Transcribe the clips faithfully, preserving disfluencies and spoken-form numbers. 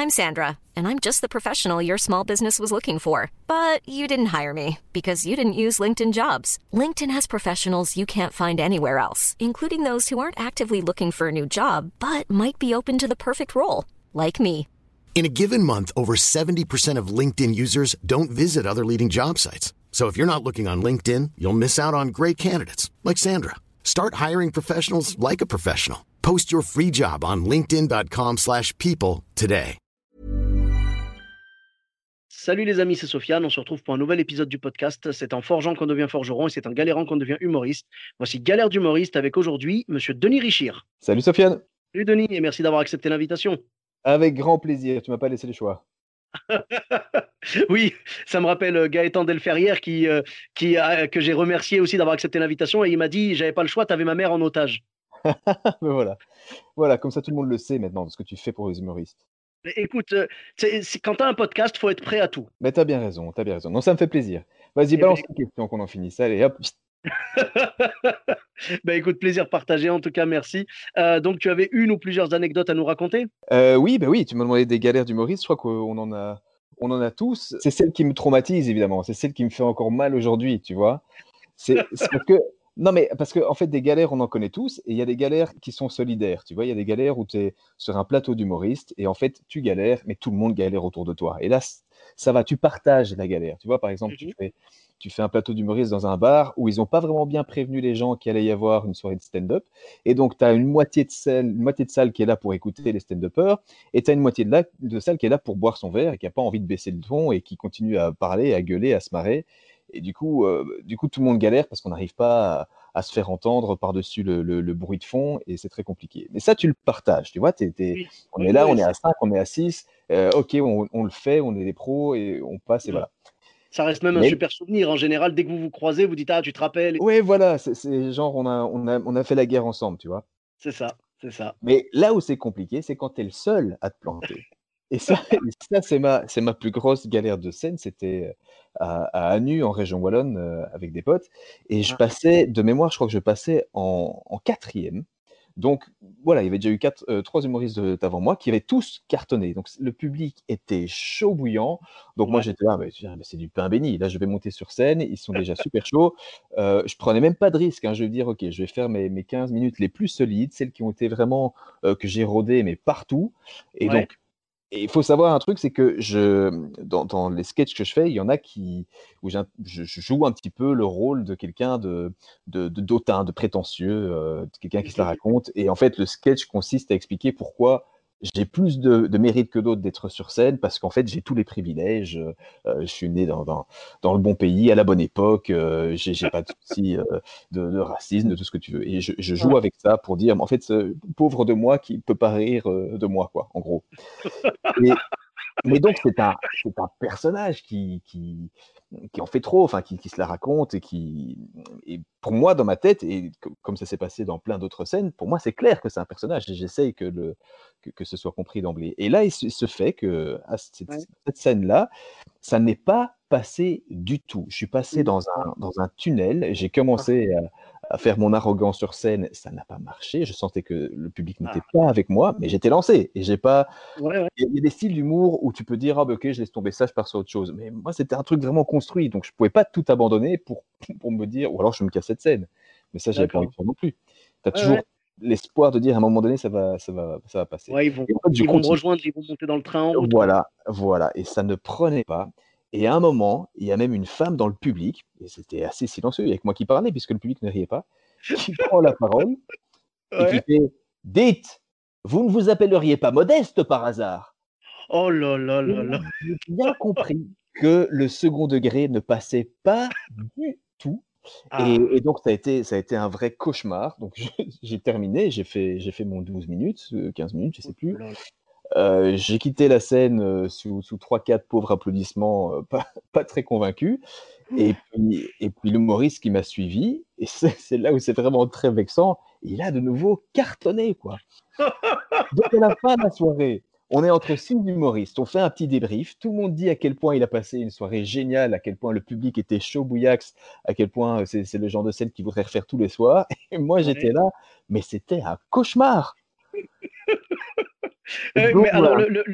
I'm Sandra, and I'm just the professional your small business was looking for. But you didn't hire me because you didn't use LinkedIn Jobs. LinkedIn has professionals you can't find anywhere else, including those who aren't actively looking for a new job, but might be open to the perfect role, like me. In a given month, over seventy percent of LinkedIn users don't visit other leading job sites. So if you're not looking on LinkedIn, you'll miss out on great candidates like Sandra. Start hiring professionals like a professional. Post your free job on linkedin.com slash people today. Salut les amis, c'est Sofiane. On se retrouve pour un nouvel épisode du podcast. C'est en forgeant qu'on devient forgeron et c'est en galérant qu'on devient humoriste. Voici Galère d'humoriste avec aujourd'hui Monsieur Denis Richir. Salut Sofiane. Salut Denis et merci d'avoir accepté l'invitation. Avec grand plaisir, tu m'as pas laissé le choix. Oui, ça me rappelle Gaëtan Delferrière qui, euh, qui, euh, que j'ai remercié aussi d'avoir accepté l'invitation et il m'a dit j'avais pas le choix, t'avais ma mère en otage. Mais voilà. Voilà, comme ça tout le monde le sait maintenant de ce que tu fais pour les humoristes. Mais écoute, euh, c'est, c'est, quand t'as un podcast, faut être prêt à tout. Mais t'as bien raison, t'as bien raison. Non, ça me fait plaisir. Vas-y, Eh balance ben, une question qu'on en finisse. Allez, hop. Ben écoute, plaisir partagé en tout cas, merci. Euh, donc tu avais une ou plusieurs anecdotes à nous raconter? Euh, oui, bah oui, tu m'as demandé des galères d'humoriste. Je crois qu'on en a, on en a tous. C'est celle qui me traumatise évidemment. C'est celle qui me fait encore mal aujourd'hui, tu vois. C'est, c'est parce que non, mais parce que en fait, des galères, on en connaît tous, et il y a des galères qui sont solidaires. Tu vois, il y a des galères où tu es sur un plateau d'humoriste et en fait, tu galères, mais tout le monde galère autour de toi. Et là, c- ça va, tu partages la galère. Tu vois, par exemple, tu Mhm. fais, tu fais un plateau d'humoriste dans un bar où ils n'ont pas vraiment bien prévenu les gens qu'il allait y avoir une soirée de stand-up. Et donc, tu as une moitié de salle, une moitié de salle qui est là pour écouter les stand-uppers, et tu as une moitié de, la- de salle qui est là pour boire son verre et qui n'a pas envie de baisser le ton et qui continue à parler, à gueuler, à se marrer. Et du coup, euh, du coup, tout le monde galère parce qu'on n'arrive pas à, à se faire entendre par-dessus le, le- le bruit de fond et c'est très compliqué. Mais ça, tu le partages, tu vois, t'es- t'es- Oui, on oui, est là, oui, on est à c'est- cinq, on est à six, euh, ok, on, on le fait, on est des pros et on passe et ouais. voilà. Ça reste même un Mais super souvenir. En général, dès que vous vous croisez, vous dites ah, tu te rappelles. ouais, voilà, c'est c'est genre, on a, on a, on a fait la guerre ensemble, tu vois. C'est ça, c'est ça. Mais là où c'est compliqué, c'est quand tu es le seul à te planter. Et ça, et ça c'est ma, c'est ma plus grosse galère de scène. C'était euh, à, à Anu, en région wallonne, euh, avec des potes. Et je Ah, passais, de mémoire, je crois que je passais en, en quatrième. Donc voilà, il y avait déjà eu quatre, euh, trois humoristes de- d'avant moi qui avaient tous cartonné. Donc le public était chaud bouillant. Donc moi ouais, j'étais là, mais, je dis, ah, mais c'est du pain béni. Là je vais monter sur scène, ils sont déjà super chauds. Euh, je prenais même pas de risque, hein. Je vais dire, ok, je vais faire mes, mes quinze minutes les plus solides, celles qui ont été vraiment euh, que j'ai rodées, mais partout. Et ouais. donc et il faut savoir un truc, c'est que je, dans, dans les sketchs que je fais, il y en a qui, où j'ai un- je, je joue un petit peu le rôle de quelqu'un de, de, de d'autant, de prétentieux, euh, de quelqu'un qui se la Mhm. raconte. Et en fait, le sketch consiste à expliquer pourquoi j'ai plus de, de mérite que d'autres d'être sur scène, parce qu'en fait, j'ai tous les privilèges. euh, euh, je suis né dans, dans, dans le bon pays, à la bonne époque. Euh, j'ai, j'ai pas de soucis euh, de, de racisme, de tout ce que tu veux. Et je, je joue Ah. avec ça pour dire, mais en fait, ce pauvre de moi qui peut pas rire euh, de moi, quoi, en gros. Et, mais donc, c'est un, c'est un personnage qui, qui, qui en fait trop, enfin, qui, qui se la raconte et qui. Et pour moi, dans ma tête, et co- comme ça s'est passé dans plein d'autres scènes, pour moi, c'est clair que c'est un personnage et j'essaye que, le, que, que ce soit compris d'emblée. Et là, il se, se fait que, à cette, Ouais. cette scène-là, ça n'est pas passé du tout. Je suis passé Mhm. dans un, dans un tunnel, j'ai Ah. commencé à, à faire mon arrogant sur scène, ça n'a pas marché. Je sentais que le public n'était Ah. pas avec moi, mais j'étais lancé et j'ai pas. Ouais, ouais. Il y a il y a des styles d'humour où tu peux dire, ah bah, ok, je laisse tomber ça, je pars sur autre chose. Mais moi, c'était un truc vraiment construit, donc je pouvais pas tout abandonner pour, pour me dire, ou alors je me cassais de scène. Mais ça, j'avais pas envie de D'accord. faire non plus. Tu as Ouais, ouais. toujours l'espoir de dire à un moment donné, ça va, ça va, ça va passer. Ouais, ils vont, Et en fait, je ils vont me continue. rejoindre, ils vont monter dans le train en route, quoi. Voilà, voilà. Et ça ne prenait pas. Et à un moment, il y a même une femme dans le public, et c'était assez silencieux, il y a que moi qui parlais, puisque le public ne riait pas, qui prend la parole et qui Ouais. fait, dites, vous ne vous appelleriez pas Modeste par hasard? Oh là là Et là là, là. j'ai bien compris que le second degré ne passait pas du tout. Et, Ah. et donc, ça a été, ça a été un vrai cauchemar. Donc, je- j'ai terminé, j'ai fait, j'ai fait mon douze minutes, euh, quinze minutes, je sais Oh plus. là là. Euh, j'ai quitté la scène euh, sous, sous trois quatre pauvres applaudissements, euh, pas, pas très convaincu. Et puis, et puis l'humoriste qui m'a suivi, et c'est c'est là où c'est vraiment très vexant, il a de nouveau cartonné, quoi. Donc à la fin de la soirée, on est entre six humoristes, on fait un petit débrief, tout le monde dit à quel point il a passé une soirée géniale, à quel point le public était chaud bouillax, à quel point euh, c'est c'est le genre de scène qu'il voudrait refaire tous les soirs. Et moi j'étais Ouais. là, mais c'était un cauchemar. Et Euh, donc mais alors, voilà. le, le, le,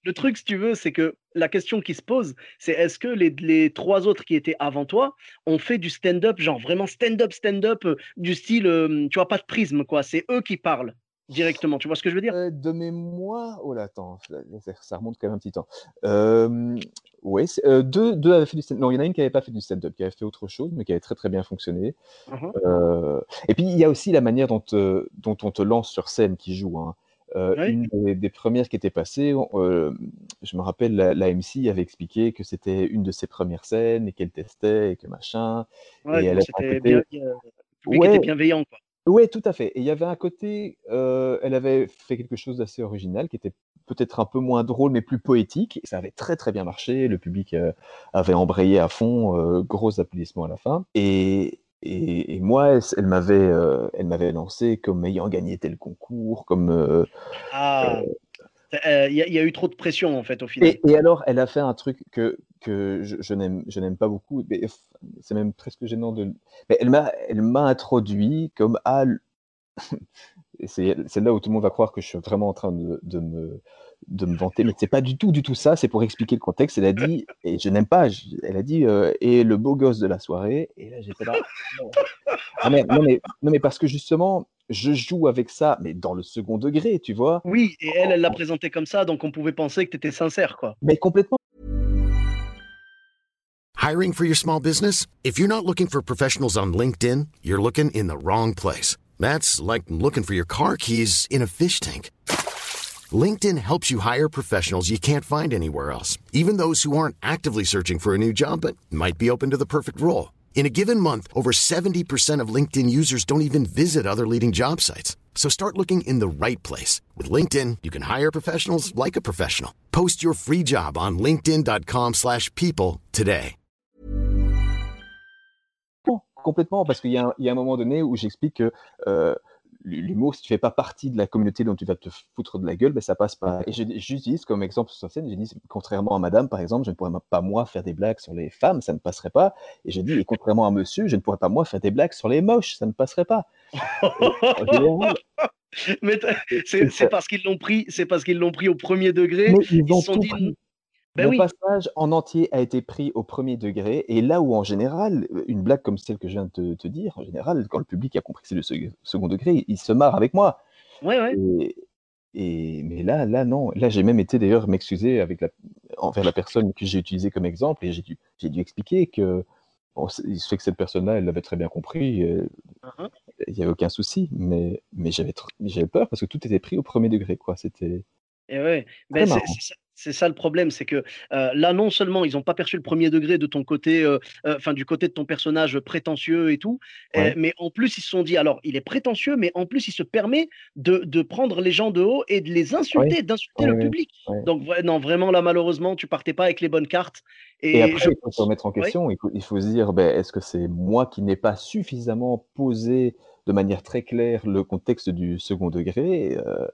le truc, si tu veux, c'est que la question qui se pose, c'est est-ce que les, les trois autres qui étaient avant toi ont fait du stand-up, genre vraiment stand-up, stand-up, euh, du style, euh, tu vois, pas de prisme, quoi. C'est eux qui parlent directement. Tu vois ce que je veux dire? Euh, de mémoire, oh là, attends, là, ça, ça remonte quand même un petit temps. Euh, ouais, c'est- euh, deux, deux avaient fait du stand-up. Non, il y en a une qui n'avait pas fait du stand-up, qui avait fait autre chose, mais qui avait très très bien fonctionné. Mhm. Euh, et puis il y a aussi la manière dont, euh, dont on te lance sur scène qui joue, hein. Euh, Oui, une des, des premières qui était passée, euh, je me rappelle, la, la M C avait expliqué que c'était une de ses premières scènes et qu'elle testait et que machin. Et ouais, elle donc avait un c'était bien, côté, euh, le public était ouais, bienveillant, quoi. ouais, tout à fait. Et il y avait un côté, euh, elle avait fait quelque chose d'assez original, qui était peut-être un peu moins drôle, mais plus poétique. Et ça avait très très bien marché. Le public euh, avait embrayé à fond, euh, gros applaudissements à la fin. Et, et, et moi, elle, elle m'avait, euh, elle m'avait lancé comme ayant gagné tel concours, comme euh, Ah, il y, a y a eu trop de pression, en fait, au final. Et, et alors, elle a fait un truc que, que je, je n'aime, je n'aime pas beaucoup, mais f- c'est même presque gênant de. Mais elle m'a, elle m'a introduit comme à. l- et c'est, c'est là où tout le monde va croire que je suis vraiment en train de, de me, de me vanter, mais c'est pas du tout, du tout ça. C'est pour expliquer le contexte. Elle a dit, et je n'aime pas. je- elle a dit, euh, et le beau gosse de la soirée. Et là, j'étais là. Ah merde, non mais, non mais parce que justement, je joue avec ça, mais dans le second degré, tu vois. Oui, et elle, elle l'a présenté comme ça, donc on pouvait penser que tu étais sincère, quoi. Mais complètement. Hiring for your small business? If you're not looking for professionals on LinkedIn, you're looking in the wrong place. That's like looking for your car keys in a fish tank. LinkedIn helps you hire professionals you can't find anywhere else, even those who aren't actively searching for a new job but might be open to the perfect role. In a given month, over seventy percent of LinkedIn users don't even visit other leading job sites. So start looking in the right place. With LinkedIn, you can hire professionals like a professional. Post your free job on linkedin dot com slash people today. Complètement, parce qu'il y a un, il y a un moment donné où j'explique que euh, l'humour, si tu fais pas partie de la communauté dont tu vas te foutre de la gueule, ben ça passe pas. Et je- j'utilise comme exemple sur scène, j'ai dit, contrairement à madame, par exemple, je ne pourrais pas moi faire des blagues sur les femmes, ça ne passerait pas. Et je dis, et contrairement à monsieur, je ne pourrais pas moi faire des blagues sur les moches, ça ne passerait pas. Et en général, Mais t'as- et- c'est et c'est ça- parce qu'ils l'ont pris, c'est parce qu'ils l'ont pris au premier degré. mais ils Ils ont se sont tout dit, pris. ben Mon oui, passage en entier a été pris au premier degré, et là où en général, une blague comme celle que je viens de te, te dire, en général, quand le public a compris que c'est le sec- second degré, il se marre avec moi. ouais, ouais. Et, et- mais là, là, non. Là, j'ai même été d'ailleurs m'excuser avec la, envers la personne que j'ai utilisée comme exemple, et j'ai dû, j'ai dû expliquer que bon, c'est- il se fait que cette personne-là, elle l'avait très bien compris, euh, Mhm. il n'y avait aucun souci, mais, mais j'avais, tr- j'avais peur parce que tout était pris au premier degré, quoi. C'était Et ouais, très ben c'est marrant. c'est ça, c'est ça le problème, c'est que euh, là, non seulement ils n'ont pas perçu le premier degré de ton côté, euh, euh, enfin du côté de ton personnage prétentieux et tout, euh, Ouais, mais en plus ils se sont dit, alors il est prétentieux, mais en plus il se permet de, de prendre les gens de haut et de les ouais, insulter, d'insulter ouais, le ouais. public. Ouais. Donc ouais, non, vraiment là, malheureusement, tu partais pas avec les bonnes cartes. Et Et après, je il faut se pense, remettre en ouais, question. Il faut, il faut se dire, ben, est-ce que c'est moi qui n'ai pas suffisamment posé de manière très claire le contexte du second degré? Euh,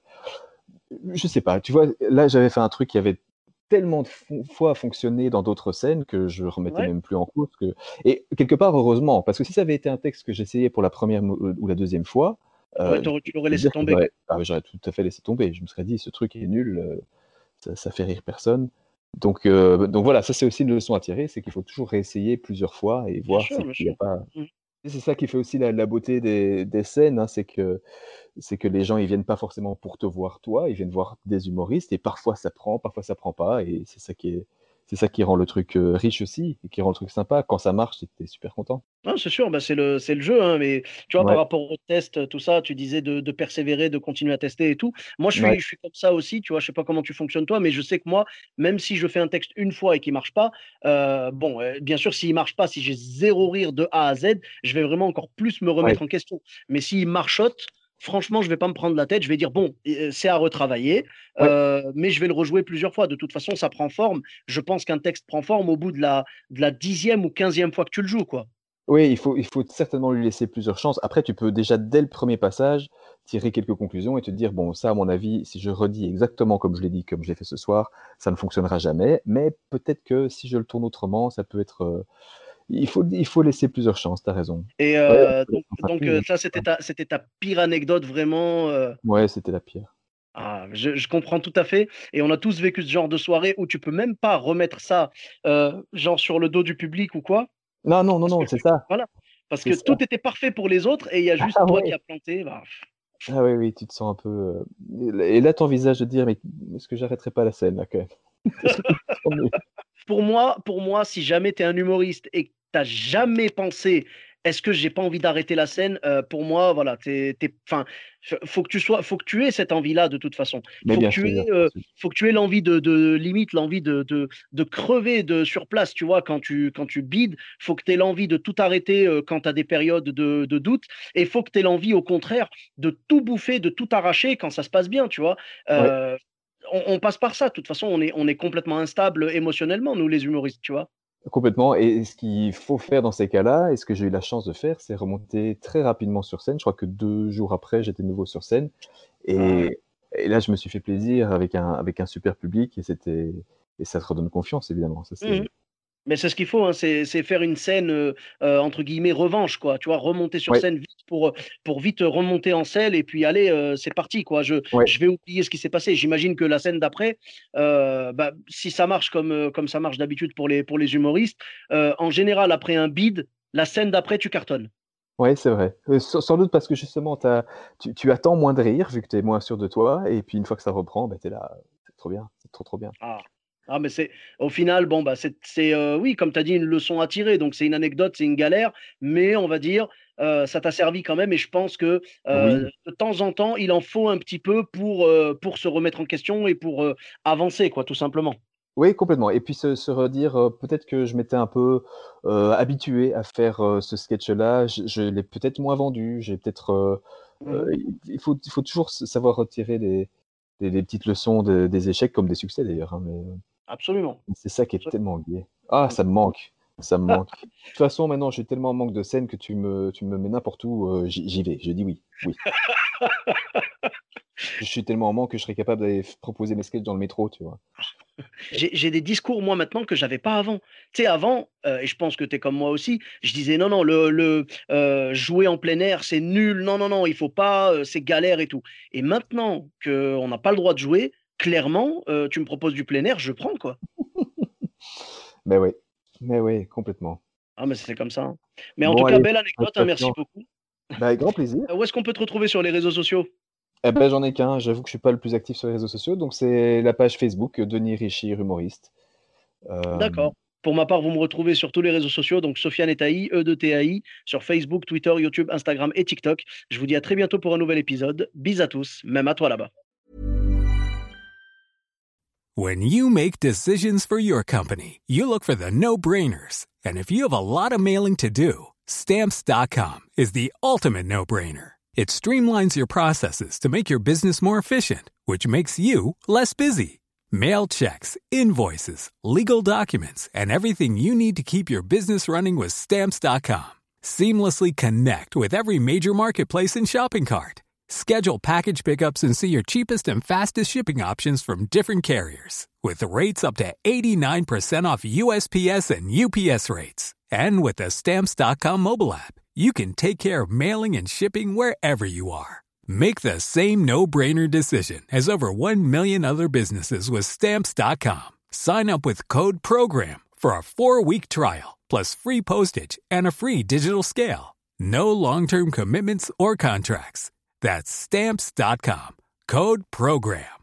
je sais pas. Tu vois, là, j'avais fait un truc qui avait tellement de fo- fois fonctionné dans d'autres scènes que je remettais ouais, même plus en cause. Que... Et quelque part, heureusement, parce que si ça avait été un texte que j'essayais pour la première mo- ou la deuxième fois, ouais, euh, je t'aurais- tu l'aurais peux te laissé dire que tomber, quoi. j'aurais ah, ouais, j'aurais tout à fait laissé tomber. Je me serais dit, ce truc est nul, euh, ça, ça fait rire personne. Donc, euh, donc voilà, ça c'est aussi une leçon à tirer, c'est qu'il faut toujours réessayer plusieurs fois et Bien voir sûr, s'il bien n'y a sûr. pas. Mm. Et c'est ça qui fait aussi la, la beauté des, des scènes, hein, c'est que, c'est que les gens ils viennent pas forcément pour te voir toi, ils viennent voir des humoristes et parfois ça prend, parfois ça prend pas et c'est ça qui est, c'est ça qui rend le truc euh, riche aussi et qui rend le truc sympa. Quand ça marche, t'es t'es super content. Non, c'est sûr, bah, c'est le, c'est le jeu, hein, mais tu vois, par Ouais, rapport au test, tout ça, tu disais de, de persévérer, de continuer à tester et tout. Moi, je ouais, suis, je suis comme ça aussi, tu vois, je sais pas comment tu fonctionnes toi, mais je sais que moi, même si je fais un texte une fois et qu'il marche pas, euh, bon, euh, bien sûr, s'il marche pas, si j'ai zéro rire de A à Z, je vais vraiment encore plus me ouais, remettre en question. Mais s'il marchote, franchement, je vais pas me prendre la tête, je vais dire, bon, euh, c'est à retravailler, ouais. euh, mais je vais le rejouer plusieurs fois. De toute façon, ça prend forme. Je pense qu'un texte prend forme au bout de la, de la dixième ou quinzième fois que tu le joues, quoi. Oui, il faut, il faut certainement lui laisser plusieurs chances. Après, tu peux déjà, dès le premier passage, tirer quelques conclusions et te dire, bon, ça, à mon avis, si je redis exactement comme je l'ai dit, comme je l'ai fait ce soir, ça ne fonctionnera jamais. Mais peut-être que si je le tourne autrement, ça peut être. euh, Il faut, il faut laisser plusieurs chances, tu as raison. Et Ouais, euh, on donc, s'en donc fatigue, euh, hein. ça, c'était ta, c'était ta pire anecdote vraiment. euh, Ouais, c'était la pire. Ah, je, je comprends tout à fait. Et on a tous vécu ce genre de soirée où tu peux même pas remettre ça, euh, genre sur le dos du public ou quoi. Non, non, non, Parce que, non, c'est ça, voilà. Parce c'est que ça. tout était parfait pour les autres et il y a juste Ah toi qui ouais. as planté. Bah, Ah oui, oui, tu te sens un peu. euh, Et là, tu envisages de dire, mais est-ce que j'arrêterai pas la scène là quand même? Parce que tu te sens nul. pour moi, pour moi, si jamais tu es un humoriste et que tu jamais pensé, est-ce que j'ai pas envie d'arrêter la scène? Euh, pour moi, voilà, t'es, t'es, enfin, f- faut que tu sois, faut que tu aies cette envie-là de toute façon. Mais Faut que bien tu sûr, aies, bien euh, sûr. faut que tu aies l'envie de, de limite, l'envie de, de, de crever de sur place. Tu vois, quand tu, quand tu bides, faut que tu aies l'envie de tout arrêter euh, quand tu as des périodes de, de doute. Et faut que tu aies l'envie, au contraire, de tout bouffer, de tout arracher quand ça se passe bien. Tu vois. Ouais, Euh, on, on passe par ça. De toute façon, on est, on est complètement instable émotionnellement, nous, les humoristes. Tu vois. complètement. Et ce qu'il faut faire dans ces cas-là, et ce que j'ai eu la chance de faire, c'est remonter très rapidement sur scène. Je crois que deux jours après, j'étais de nouveau sur scène. Ah, Et, et là, je me suis fait plaisir avec un, avec un super public. Et c'était, et ça te redonne confiance, évidemment. Ça, c'est, mhm. Mais c'est ce qu'il faut, hein, c'est c'est faire une scène euh, euh, entre guillemets revanche, quoi. Tu vois, remonter sur ouais, scène vite pour, euh, pour vite remonter en selle et puis allez, euh, c'est parti, quoi. Je, ouais. je vais oublier ce qui s'est passé. J'imagine que la scène d'après, euh, bah, si ça marche comme, euh, comme ça marche d'habitude pour les, pour les humoristes, euh, en général, après un bide, la scène d'après, tu cartonnes. Ouais, c'est vrai. Heu, sans sans doute parce que justement tu tu tu attends moins de rire vu que tu es moins sûr de toi et puis une fois que ça reprend, bah, tu es là, c'est trop bien, c'est trop, trop bien. Ah. Ah, mais c'est au final, bon, bah, c'est, c'est, euh, oui, comme tu as dit, une leçon à tirer. Donc, c'est une anecdote, c'est une galère, mais on va dire, euh, ça t'a servi quand même. Et je pense que euh, Oui, de temps en temps, il en faut un petit peu pour, euh, pour se remettre en question et pour euh, avancer, quoi, tout simplement. oui complètement et puis se se redire, heu, peut-être que je m'étais un peu, heu, habitué à faire, heu, ce sketch-là, je je l'ai peut-être moins vendu, j'ai peut-être, heu heu, Mhm. il il faut il faut toujours s savoir retirer des des des petites leçons de des échecs comme des succès d'ailleurs, hein, mais Absolument. c'est ça qui est Absolument. tellement gai. Ah, ça me manque, ça me manque. De toute façon, maintenant, j'ai tellement en manque de scène que tu me tu me mets n'importe où, heu, j'y j'y vais, je dis oui, oui. Je suis tellement en manque que je serais capable d'aller f proposer mes sketchs dans le métro, tu vois? J'ai j'ai des discours, moi, maintenant, que j'avais pas avant. Tu sais, avant, heu, et je pense que tu es comme moi aussi, je disais: «Non, non, le le, heu, jouer en plein air, c'est nul. Non, non, non, il faut pas, heu, c'est galère et tout». Et maintenant qu'on n'a pas le droit de jouer, clairement, heu, tu me proposes du plein air, je prends, quoi. Mais ouais, mais ouais, complètement. Ah, mais c'est comme ça, hein. Mais en tout Bon cas, allez, belle bonne anecdote, hein, merci patience. beaucoup. Bah, avec grand plaisir. Heu, où est-ce qu'on peut te retrouver sur les réseaux sociaux? Eh ben, j'en ai qu'un, j'avoue que je suis pas le plus actif sur les réseaux sociaux, donc c'est la page Facebook, heu, Denis Richir humoriste. Hem, D'accord. Pour ma part, vous me retrouvez sur tous les réseaux sociaux, donc Sofiane et Taï, E de T A I, sur Facebook, Twitter, YouTube, Instagram et TikTok. Je vous dis à très bientôt pour un nouvel épisode. Bis à tous, même à toi là-bas. When you make decisions for your company, you look for the no-brainers. And if you have a lot of mailing to do, Stamps dot com is the ultimate no-brainer. It streamlines your processes to make your business more efficient, which makes you less busy. Mail checks, invoices, legal documents, and everything you need to keep your business running with Stamps dot com. Seamlessly connect with every major marketplace and shopping cart. Schedule package pickups and see your cheapest and fastest shipping options from different carriers. With rates up to eighty-nine percent off U S P S and U P S rates. And with the Stamps dot com mobile app, you can take care of mailing and shipping wherever you are. Make the same no-brainer decision as over one million other businesses with Stamps dot com. Sign up with code PROGRAM for a four-week trial, plus free postage and a free digital scale. No long-term commitments or contracts. That's Stamps dot com. Code PROGRAM.